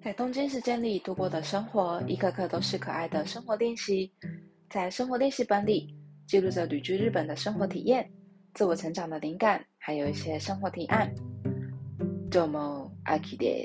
在东京时间里度过的生活，一个个都是可爱的生活练习。在生活练习本里，记录着旅居日本的生活体验、自我成长的灵感，还有一些生活提案。どうも、アキです。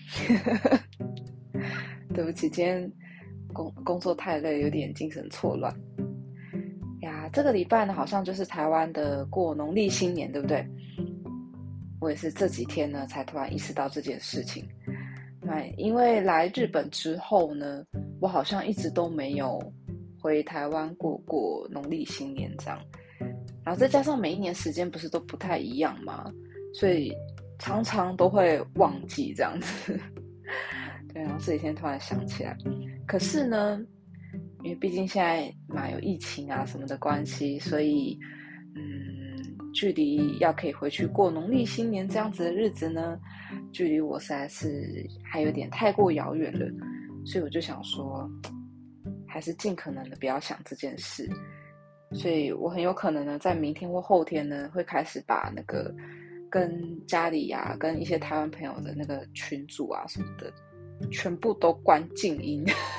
对不起，今天工作太累，有点精神错乱。呀，这个礼拜呢，好像就是台湾的过农历新年，对不对？我也是这几天呢，才突然意识到这件事情。因为来日本之后呢，我好像一直都没有回台湾过农历新年这样，然后再加上每一年时间不是都不太一样嘛，所以常常都会忘记这样子。对，然后这几天突然想起来，可是呢，因为毕竟现在有疫情啊什么的关系，所以距离要可以回去过农历新年这样子的日子呢，距离我实在是还有点太过遥远了，所以我就想说，还是尽可能的不要想这件事。所以我很有可能呢，在明天或后天呢，会开始把那个跟家里啊、跟一些台湾朋友的那个群组啊什么的，全部都关静音。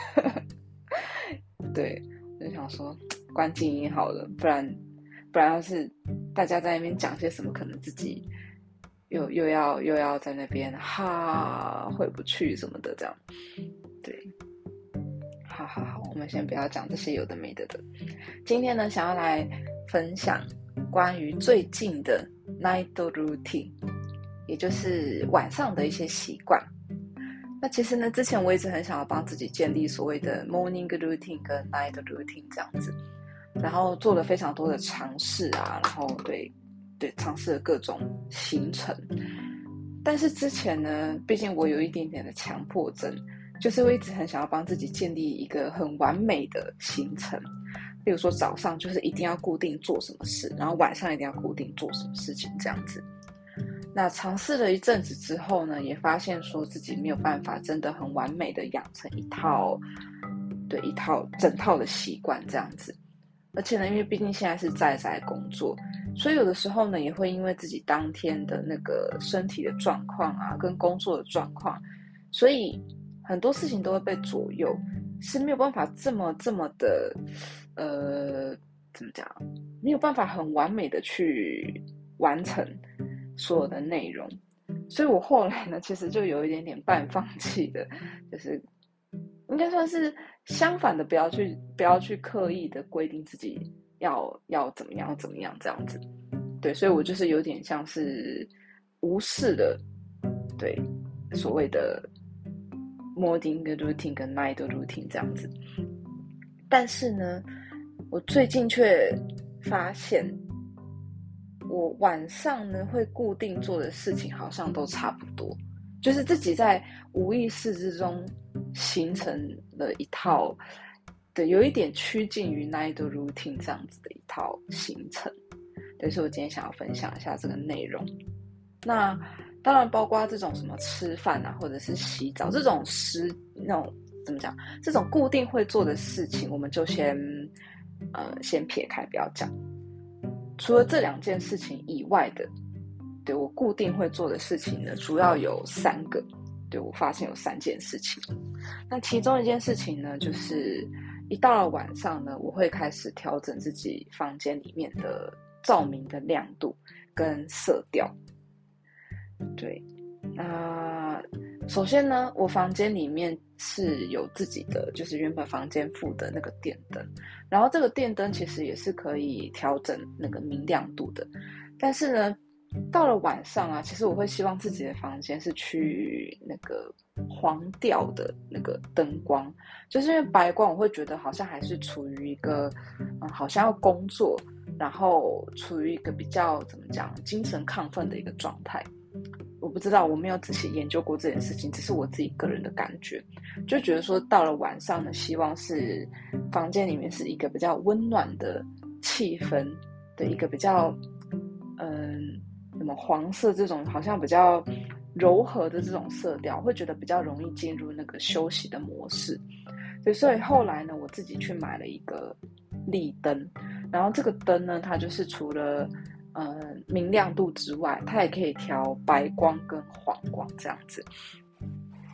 对，我就想说，关静音好了，不然要是大家在那边讲些什么，可能自己又要在那边回不去什么的这样。对，好，我们先不要讲这些有的没的的。今天呢，想要来分享关于最近的 night routine， 也就是晚上的一些习惯。那其实呢，之前我一直很想要帮自己建立所谓的 morning routine 跟 night routine 这样子，然后做了非常多的尝试啊，然后对尝试了各种行程。但是之前呢，毕竟我有一点点的强迫症，就是我一直很想要帮自己建立一个很完美的行程。例如说早上就是一定要固定做什么事，然后晚上一定要固定做什么事情这样子。那尝试了一阵子之后呢，也发现说自己没有办法真的很完美的养成一套整套的习惯这样子。而且呢，因为毕竟现在是在工作，所以有的时候呢，也会因为自己当天的那个身体的状况啊，跟工作的状况，所以很多事情都会被左右，是没有办法这么的，怎么讲，没有办法很完美的去完成所有的内容。所以我后来呢，其实就有一点点半放弃的，就是应该算是相反的，不要去刻意的规定自己要怎么样这样子。对，所以我就是有点像是无视的，对，所谓的 morning routine 跟 night routine 这样子。但是呢，我最近却发现，我晚上呢会固定做的事情好像都差不多，就是自己在无意识之中形成了一套，对，有一点趋近于 night routine 这样子的一套行程。对，所以我今天想要分享一下这个内容。那当然包括这种什么吃饭啊，或者是洗澡这种那种怎么讲，这种固定会做的事情，我们就先撇开不要讲。除了这两件事情以外的，对，我固定会做的事情呢，主要有3个。对，我发现有3件事情。那其中一件事情呢，就是一到了晚上呢，我会开始调整自己房间里面的照明的亮度跟色调。对，那首先呢，我房间里面是有自己的，就是原本房间附的那个电灯，然后这个电灯其实也是可以调整那个明亮度的。但是呢，到了晚上啊，其实我会希望自己的房间是趋于那个黄调的那个灯光，就是因为白光我会觉得好像还是处于一个好像要工作，然后处于一个比较怎么讲精神亢奋的一个状态。我不知道，我没有仔细研究过这件事情，只是我自己个人的感觉，就觉得说到了晚上呢，希望是房间里面是一个比较温暖的气氛的一个比较什么黄色这种好像比较柔和的这种色调，会觉得比较容易进入那个休息的模式。对，所以后来呢，我自己去买了一个立灯，然后这个灯呢，它就是除了明亮度之外，它也可以调白光跟黄光这样子。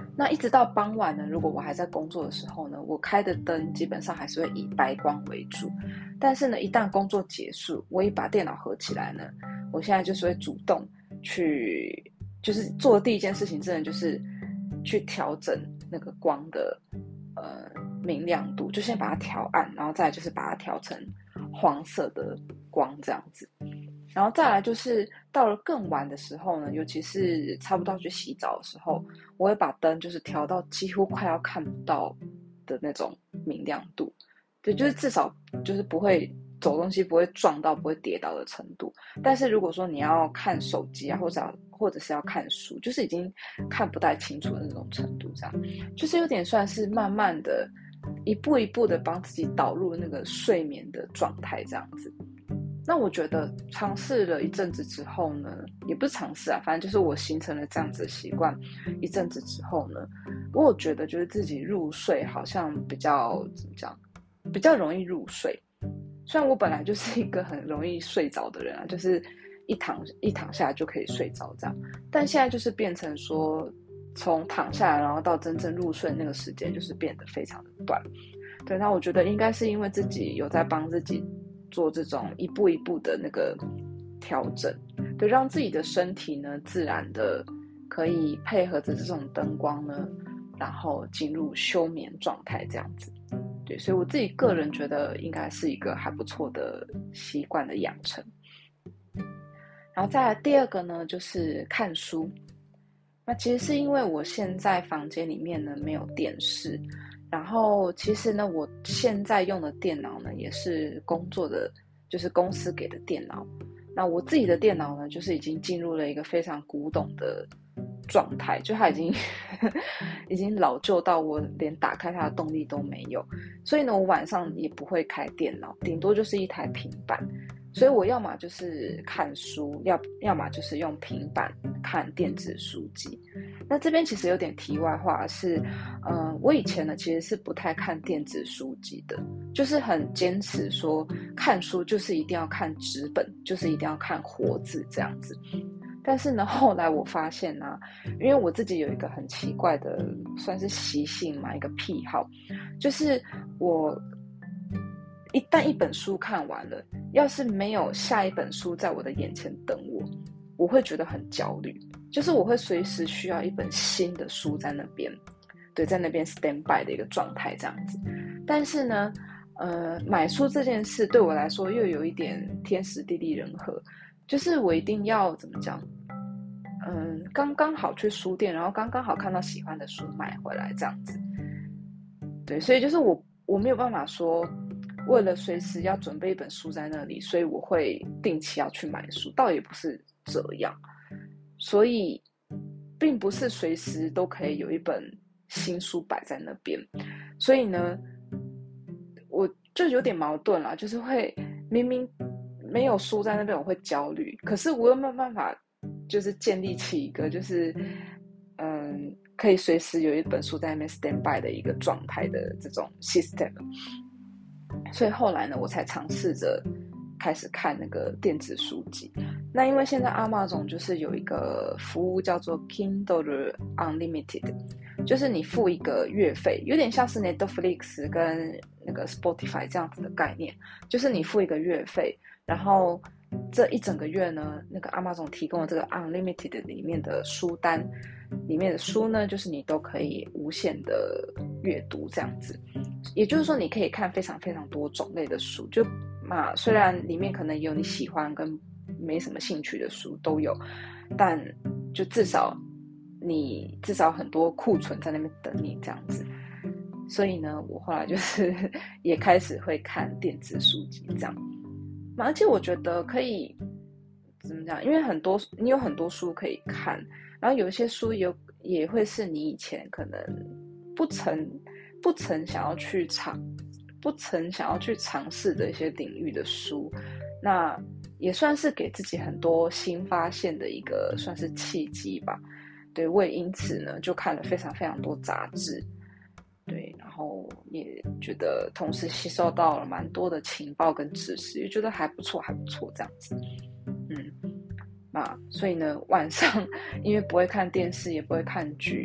那一直到傍晚呢，如果我还在工作的时候呢，我开的灯基本上还是会以白光为主。但是呢，一旦工作结束，我一把电脑合起来呢，我现在就是会主动去，就是做的第一件事情，真的就是去调整那个光的明亮度，就先把它调暗，然后再来就是把它调成黄色的光这样子。然后再来就是到了更晚的时候呢，尤其是差不多要去洗澡的时候，我会把灯就是调到几乎快要看不到的那种明亮度，对，就是至少就是不会走东西不会撞到、不会跌倒的程度。但是如果说你要看手机啊，或者是要看书，就是已经看不太清楚的那种程度，这样就是有点算是慢慢的、一步一步的帮自己导入那个睡眠的状态，这样子。那我觉得尝试了一阵子之后呢，也不是尝试啊，反正就是我形成了这样子的习惯，一阵子之后呢，我有觉得就是自己入睡好像比较怎么讲，比较容易入睡。虽然我本来就是一个很容易睡着的人啊，就是一躺下来就可以睡着这样，但现在就是变成说，从躺下来然后到真正入睡那个时间就是变得非常的短。对，那我觉得应该是因为自己有在帮自己做这种一步一步的那个调整，对，让自己的身体呢自然的可以配合着这种灯光呢，然后进入休眠状态这样子。对，所以我自己个人觉得应该是一个还不错的习惯的养成。然后再来第二个呢，就是看书。那其实是因为我现在房间里面呢没有电视，然后其实呢我现在用的电脑呢也是工作的，就是公司给的电脑。那我自己的电脑呢，就是已经进入了一个非常古董的状态，就它已经已经老旧到我连打开它的动力都没有。所以呢，我晚上也不会开电脑，顶多就是一台平板。所以我要么就是看书，要么就是用平板看电子书籍。那这边其实有点题外话是，我以前呢其实是不太看电子书籍的，就是很坚持说看书就是一定要看纸本，就是一定要看活字这样子。但是呢，后来我发现呢，因为我自己有一个很奇怪的，算是习性嘛，一个癖好，就是我一旦一本书看完了，要是没有下一本书在我的眼前等我，我会觉得很焦虑，就是我会随时需要一本新的书在那边，对，在那边 stand by 的一个状态这样子。但是呢，买书这件事对我来说又有一点天时地利人和，就是我一定要怎么讲，刚刚好去书店，然后刚刚好看到喜欢的书买回来这样子。对，所以就是我没有办法说，为了随时要准备一本书在那里，所以我会定期要去买书，倒也不是这样。所以并不是随时都可以有一本新书摆在那边。所以呢，我就有点矛盾啦，就是会明明没有书在那边，我会焦虑，可是我又没有办法，就是建立起一个就是可以随时有一本书在那边 stand by 的一个状态的这种 system。所以后来呢，我才尝试着开始看那个电子书籍。那因为现在 Amazon 就是有一个服务叫做 Kindle Unlimited， 就是你付一个月费，有点像是 Netflix 跟那个 Spotify 这样子的概念，就是你付一个月费，然后这一整个月呢，那个 Amazon 提供的这个 Unlimited 里面的书单里面的书呢，就是你都可以无限的阅读这样子。也就是说，你可以看非常非常多种类的书，就嘛，虽然里面可能有你喜欢跟没什么兴趣的书都有，但就至少很多库存在那边等你这样子。所以呢，我后来就是也开始会看电子书籍这样。而且我觉得可以怎么讲？因为你有很多书可以看，然后有一些书也会是你以前可能不曾想要去不曾想要去尝试的一些领域的书，那也算是给自己很多新发现的一个算是契机吧。对，我也因此呢就看了非常非常多杂志，对，然后也觉得同时吸收到了蛮多的情报跟知识，也觉得还不错，还不错这样子。所以呢，晚上因为不会看电视，也不会看剧，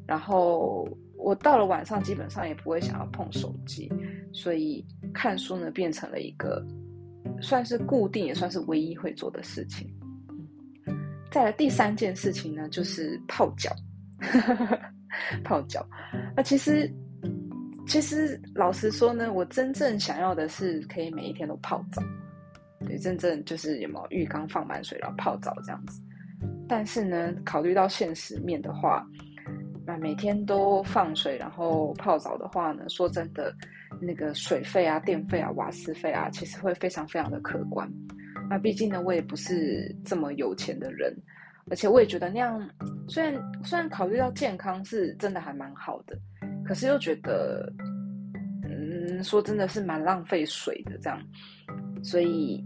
然后我到了晚上基本上也不会想要碰手机，所以看书呢变成了一个算是固定也算是唯一会做的事情。再来第3件事情呢，就是泡脚。泡脚。那其实老实说呢，我真正想要的是可以每一天都泡澡。对，真正就是有没有浴缸放满水然后泡澡这样子。但是呢，考虑到现实面的话，那每天都放水然后泡澡的话呢，说真的，那个水费啊、电费啊、瓦斯费啊，其实会非常非常的可观。那毕竟呢，我也不是这么有钱的人，而且我也觉得那样，虽然考虑到健康是真的还蛮好的，可是又觉得，说真的是蛮浪费水的这样，所以，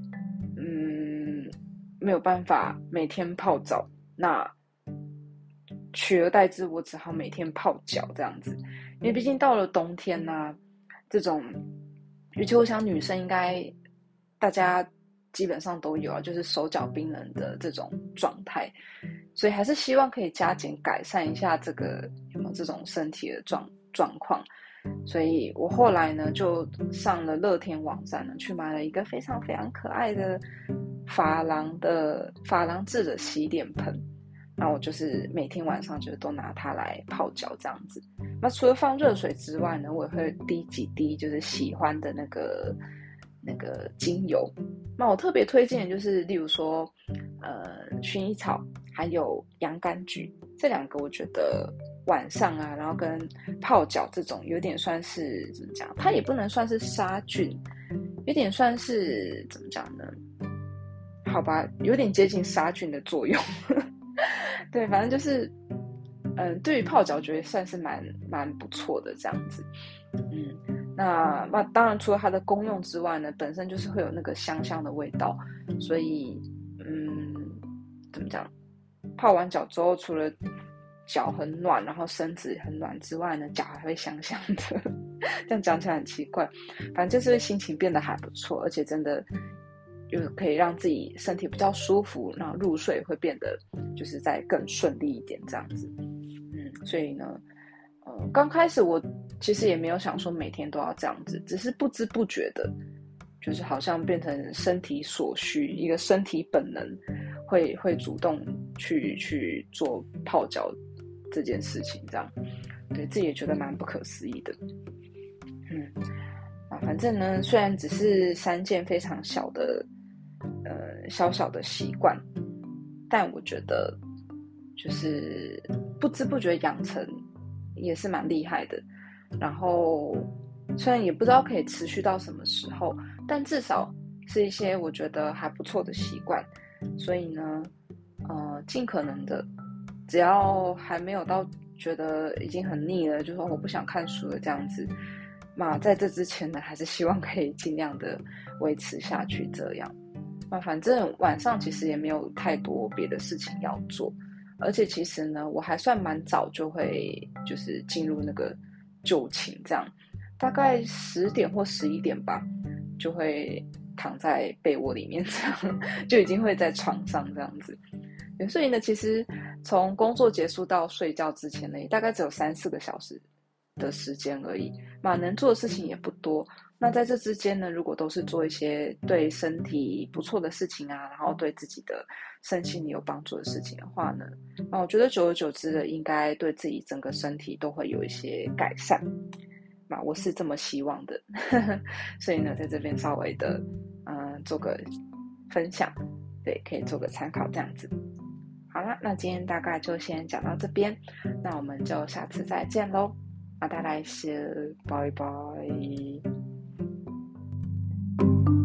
没有办法每天泡澡，那取而代之，我只好每天泡脚这样子，因为毕竟到了冬天啊，这种，尤其我想女生应该大家基本上都有啊，就是手脚冰冷的这种状态，所以还是希望可以加减改善一下这个有没有这种身体的状况。所以我后来呢就上了乐天网站呢，去买了一个非常非常可爱的珐琅质的洗脸盆。那我就是每天晚上就都拿它来泡脚这样子。那除了放热水之外呢，我也会滴几滴就是喜欢的那个精油。那我特别推荐的就是例如说薰衣草还有洋甘菊，这2个我觉得晚上啊，然后跟泡脚这种有点算是怎么讲，它也不能算是杀菌，有点算是怎么讲呢，好吧，有点接近杀菌的作用。对，反正就是对于泡脚觉得算是蛮不错的这样子。那当然除了它的功用之外呢，本身就是会有那个香香的味道，所以怎么讲，泡完脚之后除了脚很暖然后身子很暖之外呢，脚还会香香的。这样讲起来很奇怪，反正就是心情变得还不错，而且真的又可以让自己身体比较舒服，然后入睡会变得就是再更顺利一点这样子。所以呢刚开始我其实也没有想说每天都要这样子，只是不知不觉的就是好像变成身体所需，一个身体本能会主动去做泡脚这件事情这样。对，自己也觉得蛮不可思议的。反正呢，虽然只是3件非常小的小小的习惯，但我觉得就是不知不觉养成也是蛮厉害的。然后虽然也不知道可以持续到什么时候，但至少是一些我觉得还不错的习惯。所以呢尽可能的，只要还没有到觉得已经很腻了，就说我不想看书了这样子，那在这之前呢，还是希望可以尽量的维持下去这样。那反正晚上其实也没有太多别的事情要做，而且其实呢，我还算蛮早就会就是进入那个就寝这样，大概10点或11点吧，就会躺在被窝里面这样，就已经会在床上这样子。所以呢，其实从工作结束到睡觉之前呢，大概只有3-4个小时的时间而已，能做的事情也不多。那在这之间呢，如果都是做一些对身体不错的事情啊，然后对自己的身心有帮助的事情的话呢，我觉得久而久之的，应该对自己整个身体都会有一些改善。我是这么希望的。所以呢，在这边稍微的做个分享，对，可以做个参考这样子。好啦，那今天大概就先讲到这边，那我们就下次再见咯。また来週，拜拜。